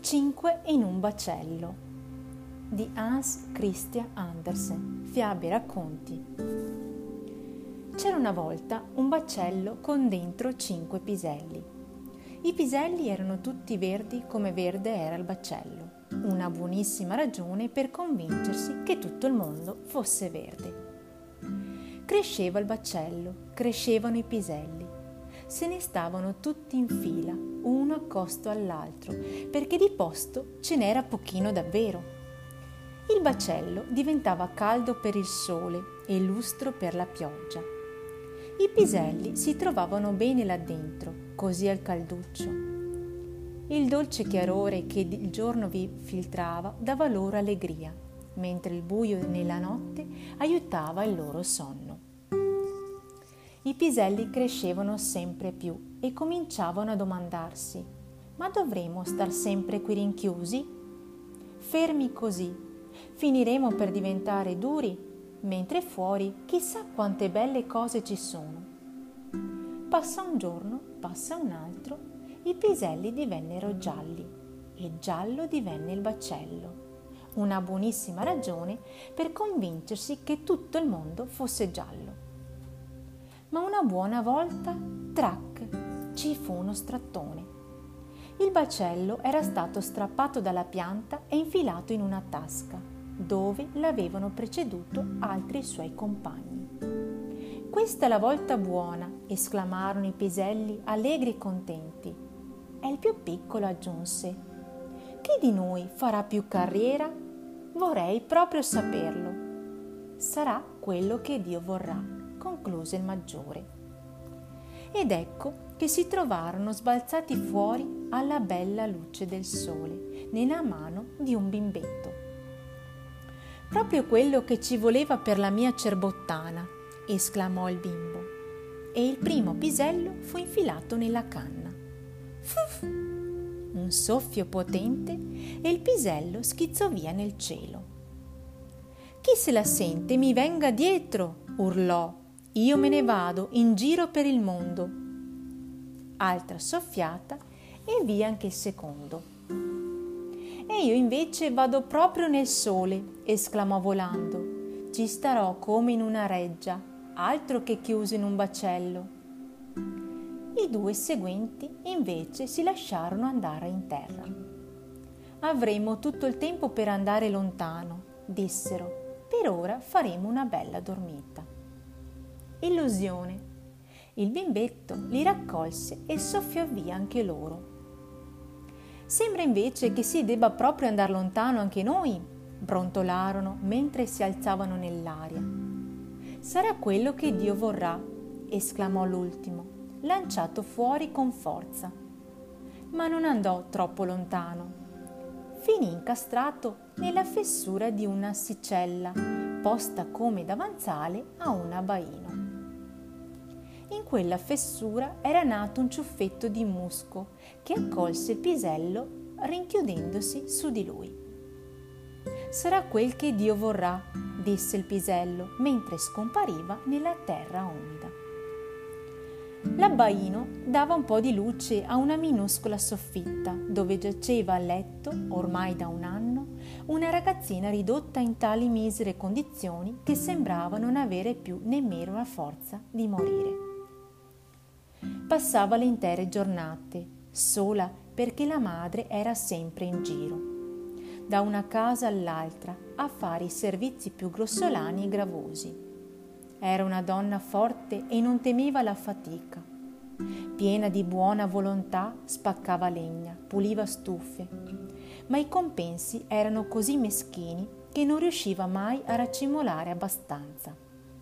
5 in un bacello di Hans Christian Andersen, fiabe e racconti. C'era una volta un bacello con dentro 5 piselli. I piselli erano tutti verdi come verde era il bacello, una buonissima ragione per convincersi che tutto il mondo fosse verde. Cresceva il bacello, crescevano i piselli, se ne stavano tutti in fila, uno accosto all'altro, perché di posto ce n'era pochino davvero. Il bacello diventava caldo per il sole e lustro per la pioggia. I piselli si trovavano bene là dentro, così al calduccio. Il dolce chiarore che il giorno vi filtrava dava loro allegria, mentre il buio nella notte aiutava il loro sonno. I piselli crescevano sempre più e cominciavano a domandarsi: ma dovremo star sempre qui rinchiusi? Fermi così, finiremo per diventare duri, mentre fuori chissà quante belle cose ci sono. Passa un giorno, passa un altro, i piselli divennero gialli e giallo divenne il bacello. Una buonissima ragione per convincersi che tutto il mondo fosse giallo. Ma una buona volta, trac, ci fu uno strattone. Il bacello era stato strappato dalla pianta e infilato in una tasca, dove l'avevano preceduto altri suoi compagni. Questa è la volta buona, esclamarono i piselli allegri e contenti. E il più piccolo aggiunse: chi di noi farà più carriera? Vorrei proprio saperlo. Sarà quello che Dio vorrà, concluse il maggiore. Ed ecco che si trovarono sbalzati fuori alla bella luce del sole, nella mano di un bimbetto. Proprio quello che ci voleva per la mia cerbottana, esclamò il bimbo, e il primo pisello fu infilato nella canna. Fuff! Un soffio potente e il pisello schizzò via nel cielo. Chi se la sente mi venga dietro, urlò. Io me ne vado in giro per il mondo. Altra soffiata e via anche il secondo. E io invece vado proprio nel sole, esclamò volando. Ci starò come in una reggia, altro che chiuso in un bacello. I due seguenti invece si lasciarono andare in terra. Avremo tutto il tempo per andare lontano, dissero. Per ora faremo una bella dormita. Illusione. Il bimbetto li raccolse e soffiò via anche loro. Sembra invece che si debba proprio andare lontano anche noi, brontolarono mentre si alzavano nell'aria. Sarà quello che Dio vorrà, esclamò l'ultimo, lanciato fuori con forza. Ma non andò troppo lontano. Finì incastrato nella fessura di una assicella, posta come davanzale a un abbaino. In quella fessura era nato un ciuffetto di musco che accolse il pisello rinchiudendosi su di lui. Sarà quel che Dio vorrà, disse il pisello mentre scompariva nella terra umida. L'abbaino dava un po' di luce a una minuscola soffitta dove giaceva a letto, ormai da un anno, una ragazzina ridotta in tali misere condizioni che sembrava non avere più nemmeno la forza di morire. Passava le intere giornate, sola perché la madre era sempre in giro, da una casa all'altra a fare i servizi più grossolani e gravosi. Era una donna forte e non temeva la fatica. Piena di buona volontà spaccava legna, puliva stufe, ma i compensi erano così meschini che non riusciva mai a raccimolare abbastanza.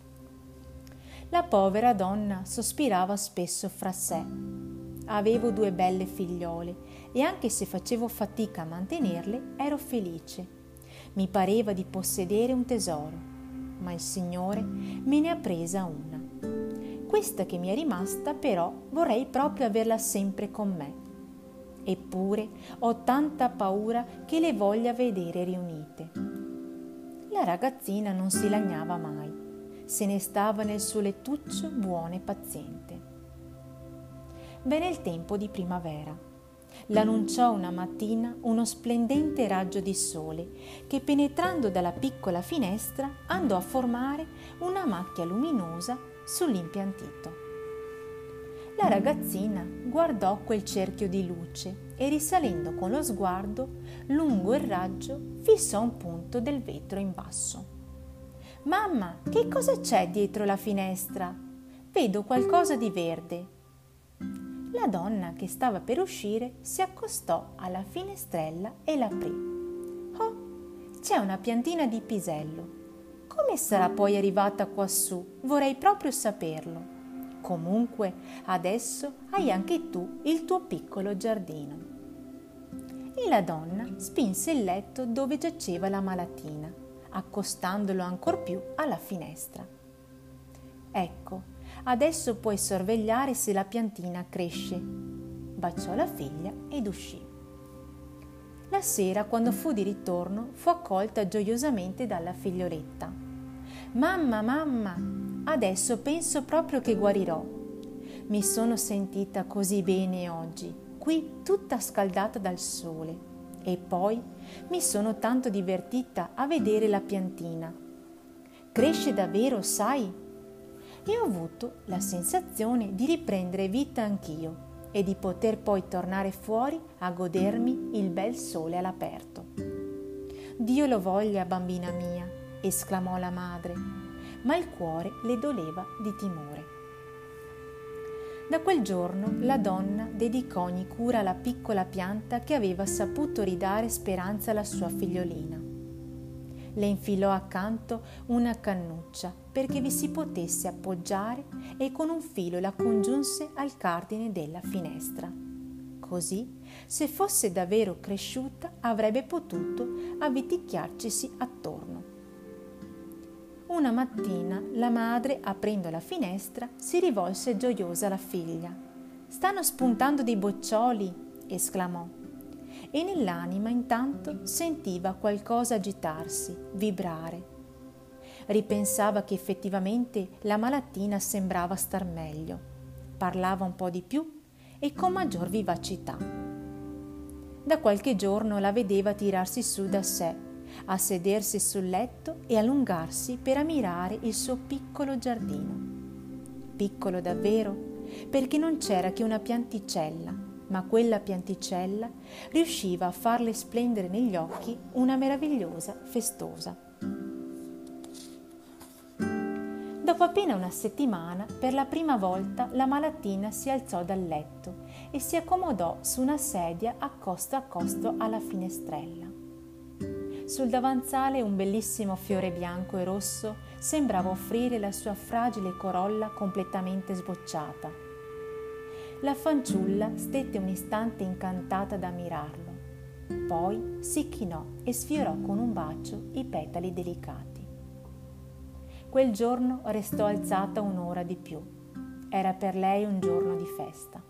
La povera donna sospirava spesso fra sé. Avevo 2 belle figliole e anche se facevo fatica a mantenerle ero felice. Mi pareva di possedere un tesoro, ma il Signore me ne ha presa una. Questa che mi è rimasta però vorrei proprio averla sempre con me. Eppure ho tanta paura che le voglia vedere riunite. La ragazzina non si lagnava mai. Se ne stava nel suo lettuccio buona e paziente. Venne il tempo di primavera. L'annunciò una mattina uno splendente raggio di sole che, penetrando dalla piccola finestra, andò a formare una macchia luminosa sull'impiantito. La ragazzina guardò quel cerchio di luce e, risalendo con lo sguardo lungo il raggio, fissò un punto del vetro in basso. «Mamma, che cosa c'è dietro la finestra? Vedo qualcosa di verde». La donna, che stava per uscire, si accostò alla finestrella e l'aprì. «Oh, c'è una piantina di pisello. Come sarà poi arrivata quassù? Vorrei proprio saperlo. Comunque, adesso hai anche tu il tuo piccolo giardino». E la donna spinse il letto dove giaceva la malatina, accostandolo ancor più alla finestra. «Ecco, adesso puoi sorvegliare se la piantina cresce». Baciò la figlia ed uscì. La sera, quando fu di ritorno, fu accolta gioiosamente dalla figlioletta. «Mamma, mamma, adesso penso proprio che guarirò. Mi sono sentita così bene oggi, qui tutta scaldata dal sole, e poi mi sono tanto divertita a vedere la piantina. Cresce davvero, sai? E ho avuto la sensazione di riprendere vita anch'io e di poter poi tornare fuori a godermi il bel sole all'aperto». «Dio lo voglia, bambina mia», esclamò la madre, ma il cuore le doleva di timore. Da quel giorno la donna dedicò ogni cura alla piccola pianta che aveva saputo ridare speranza alla sua figliolina. Le infilò accanto una cannuccia perché vi si potesse appoggiare e con un filo la congiunse al cardine della finestra. Così, se fosse davvero cresciuta, avrebbe potuto avviticchiarcisi attorno. Una mattina la madre, aprendo la finestra, si rivolse gioiosa alla figlia. «Stanno spuntando dei boccioli!» esclamò. E nell'anima intanto sentiva qualcosa agitarsi, vibrare. Ripensava che effettivamente la malatina sembrava star meglio, parlava un po' di più e con maggior vivacità. Da qualche giorno la vedeva tirarsi su da sé, a sedersi sul letto e allungarsi per ammirare il suo piccolo giardino. Piccolo davvero, perché non c'era che una pianticella, ma quella pianticella riusciva a farle splendere negli occhi una meravigliosa festosa. Dopo appena una settimana, per la prima volta la malatina si alzò dal letto e si accomodò su una sedia accosto alla finestrella. Sul davanzale un bellissimo fiore bianco e rosso sembrava offrire la sua fragile corolla completamente sbocciata. La fanciulla stette un istante incantata ad ammirarlo, poi si chinò e sfiorò con un bacio i petali delicati. Quel giorno restò alzata un'ora di più. Era per lei un giorno di festa.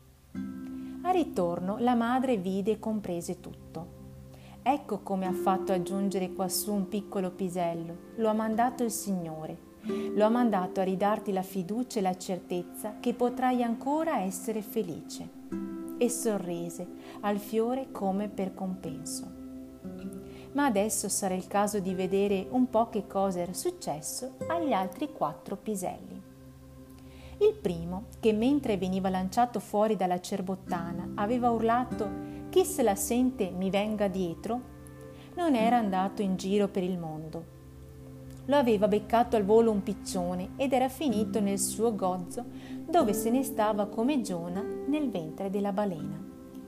Al ritorno la madre vide e comprese tutto. Ecco come ha fatto aggiungere quassù un piccolo pisello. Lo ha mandato il Signore. Lo ha mandato a ridarti la fiducia e la certezza che potrai ancora essere felice. E sorrise al fiore come per compenso. Ma adesso sarà il caso di vedere un po' che cosa era successo agli altri 4 piselli. Il primo, che mentre veniva lanciato fuori dalla cerbottana aveva urlato «Chi se la sente mi venga dietro», non era andato in giro per il mondo. Lo aveva beccato al volo un piccione ed era finito nel suo gozzo, dove se ne stava come Giona nel ventre della balena.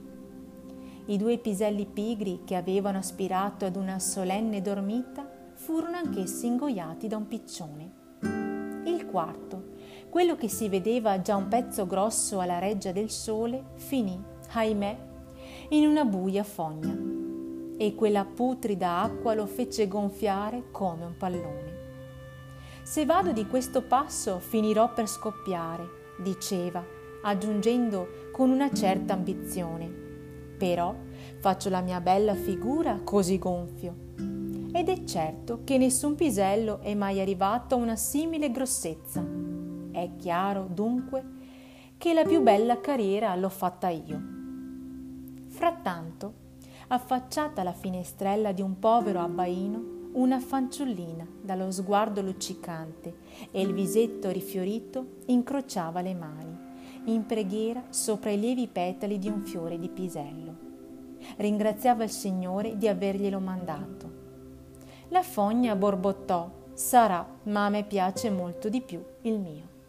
I 2 piselli pigri, che avevano aspirato ad una solenne dormita, furono anch'essi ingoiati da un piccione. Il quarto, quello che si vedeva già un pezzo grosso alla reggia del sole, finì, ahimè, in una buia fogna, e quella putrida acqua lo fece gonfiare come un pallone. «Se vado di questo passo finirò per scoppiare», diceva, aggiungendo con una certa ambizione: «Però faccio la mia bella figura così gonfio». Ed è certo che nessun pisello è mai arrivato a una simile grossezza. È chiaro, dunque, che la più bella carriera l'ho fatta io. Frattanto, affacciata alla finestrella di un povero abbaino, una fanciullina dallo sguardo luccicante e il visetto rifiorito incrociava le mani, in preghiera sopra i lievi petali di un fiore di pisello. Ringraziava il Signore di averglielo mandato. La fogna borbottò: «Sarà, ma a me piace molto di più il mio».